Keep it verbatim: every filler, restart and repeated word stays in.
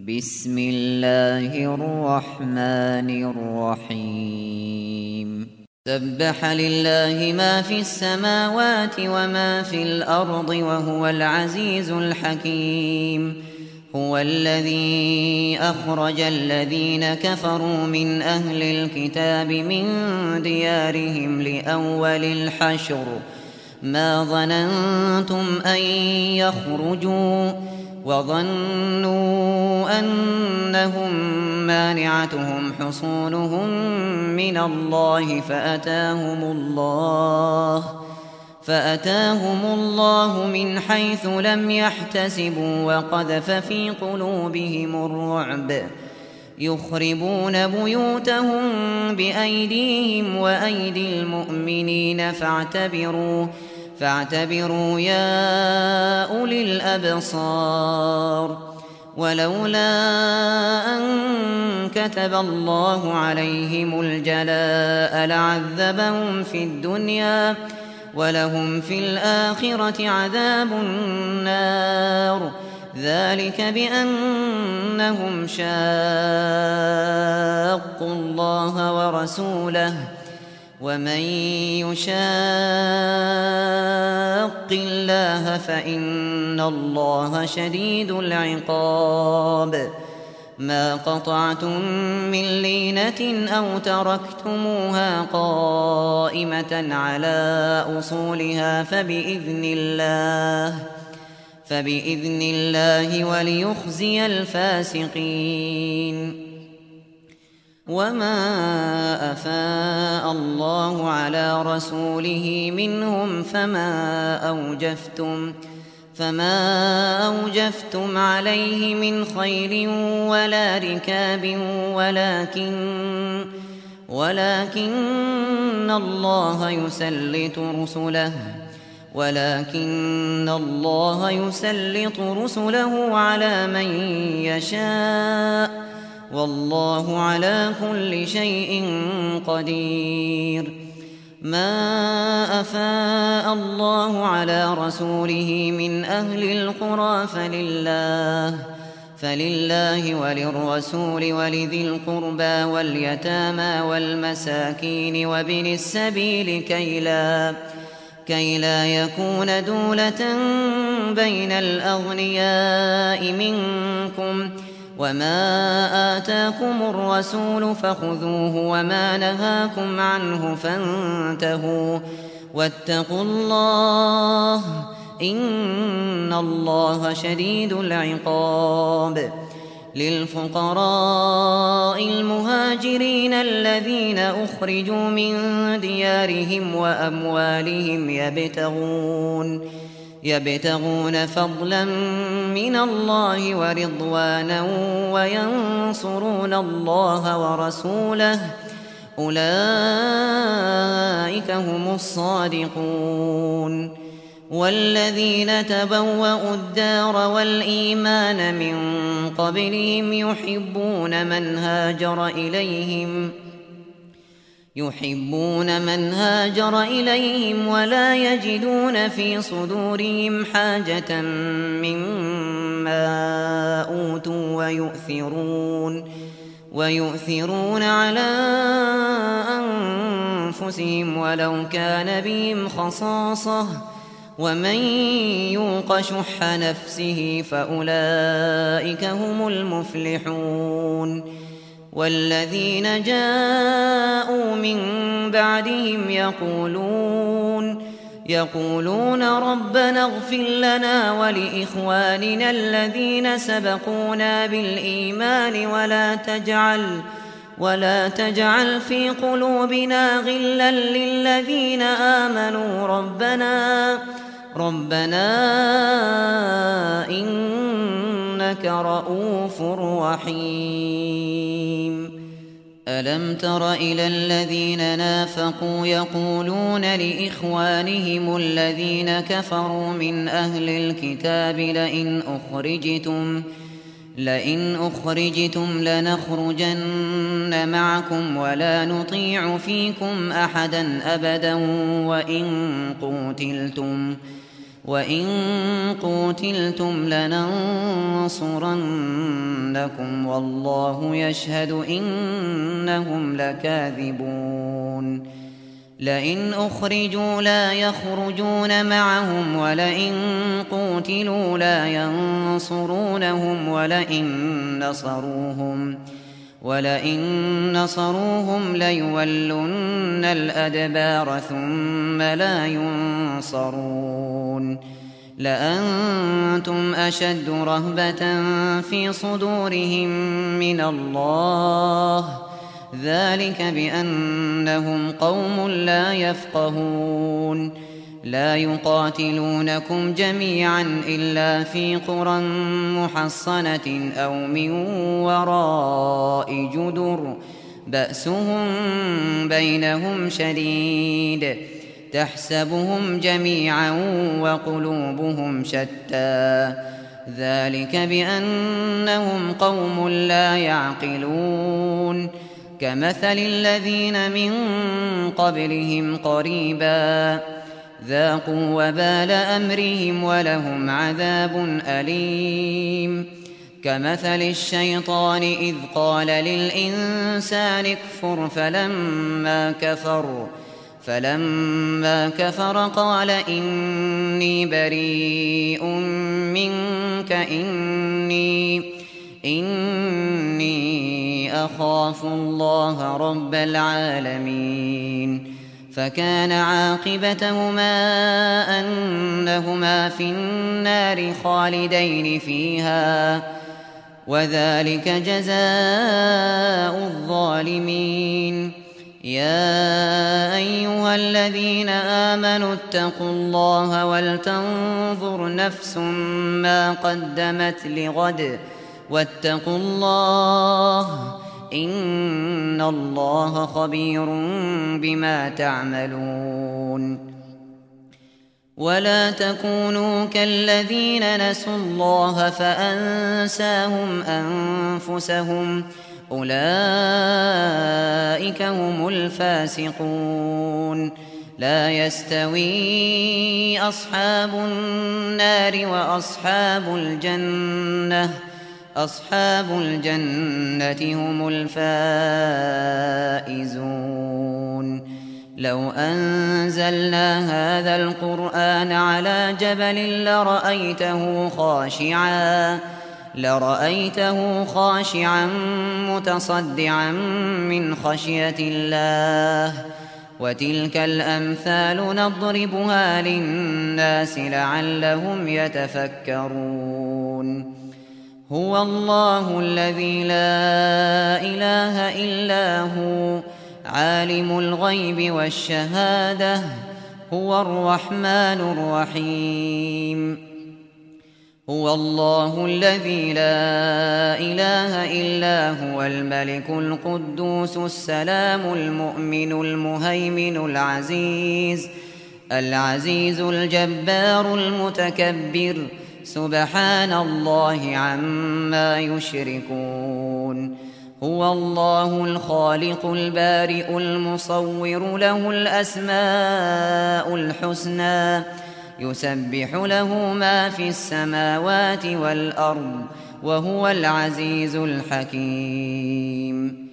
بسم الله الرحمن الرحيم سبح لله ما في السماوات وما في الأرض وهو العزيز الحكيم هو الذي أخرج الذين كفروا من أهل الكتاب من ديارهم لأول الحشر ما ظننتم أن يخرجوا وظنوا أنهم مانعتهم حصونهم من الله فأتاهم الله فأتاهم الله من حيث لم يحتسبوا وقذف في قلوبهم الرعب يخربون بيوتهم بأيديهم وأيدي المؤمنين فاعتبروا فاعتبروا يا أولي الأبصار ولولا أن كتب الله عليهم الجلاء لعذبهم في الدنيا ولهم في الآخرة عذاب النار ذلك بأنهم شاقوا الله ورسوله ومن يشاق الله فإن الله شديد العقاب ما قطعتم من لينة أو تركتموها قائمة على أصولها فبإذن الله فبإذن الله وليخزي الفاسقين وما أفاء الله على رسوله منهم فما أوجفتم فما أوجفتم عليه من خيل ولا ركاب ولكن ولكن الله يسلط رسله ولكن الله يسلط رسله على من يشاء والله على كل شيء قدير ما أفاء الله على رسوله من أهل القرى فلله فلله وللرسول ولذي القربى واليتامى والمساكين وابن السبيل كي لا كي لا يكون دولة بين الأغنياء منكم وما آتاكم الرسول فخذوه وما نهاكم عنه فانتهوا واتقوا الله إن الله شديد العقاب للفقراء المهاجرين الذين أخرجوا من ديارهم وأموالهم يبتغون يبتغون فضلا من الله ورضوانا وينصرون الله ورسوله أولئك هم الصادقون والذين تبوأوا الدار والإيمان من قبلهم يحبون من هاجر إليهم يحبون من هاجر إليهم ولا يجدون في صدورهم حاجة مما أوتوا ويؤثرون ويؤثرون على أنفسهم ولو كان بهم خصاصة ومن يوق شح نفسه فأولئك هم المفلحون والذين جاءوا من بعدهم يقولون يقولون ربنا اغفر لنا ولإخواننا الذين سبقونا بالإيمان ولا تجعل ولا تجعل في قلوبنا غلا للذين آمنوا ربنا ربنا إنك رؤوف رحيم ألم تر إلى الذين نافقوا يقولون لإخوانهم الذين كفروا من أهل الكتاب لئن أخرجتم لئن أخرجتم لنخرجن معكم ولا نطيع فيكم أحدا أبدا وإن قتلتم وإن قوتلتم لننصرنكم والله يشهد إنهم لكاذبون لئن أخرجوا لا يخرجون معهم ولئن قوتلوا لا ينصرونهم ولئن نصروهم ولئن نصروهم ليولن الأدبار ثم لا ينصرون لأنتم أشد رهبة في صدورهم من الله ذلك بأنهم قوم لا يفقهون لا يقاتلونكم جميعا إلا في قرى محصنة أو من وراء جدر بأسهم بينهم شديد تحسبهم جميعا وقلوبهم شتى ذلك بأنهم قوم لا يعقلون كمثل الذين من قبلهم قريبا ذاقوا وبال أمرهم ولهم عذاب أليم كمثل الشيطان إذ قال للإنسان اكفر فلما كفر فلما كفر قال إني بريء منك إني إني أخاف الله رب العالمين فكان عاقبتهما أنهما في النار خالدين فيها وذلك جزاء الظالمين يا أيها الذين آمنوا اتقوا الله ولتنظر نفس ما قدمت لغد واتقوا الله إن الله خبير بما تعملون ولا تكونوا كالذين نسوا الله فأنساهم أنفسهم أولئك هم الفاسقون لا يستوي أصحاب النار وأصحاب الجنة أصحاب الجنة هم الفائزون لو أنزلنا هذا القرآن على جبل لرأيته خاشعا لرأيته خاشعا متصدعا من خشية الله وتلك الأمثال نضربها للناس لعلهم يتفكرون هو الله الذي لا إله إلا هو عالم الغيب والشهادة هو الرحمن الرحيم هو الله الذي لا إله إلا هو الملك القدوس السلام المؤمن المهيمن العزيز العزيز الجبار المتكبر سبحان الله عما يشركون هو الله الخالق البارئ المصور له الأسماء الحسنى يسبح له ما في السماوات والأرض وهو العزيز الحكيم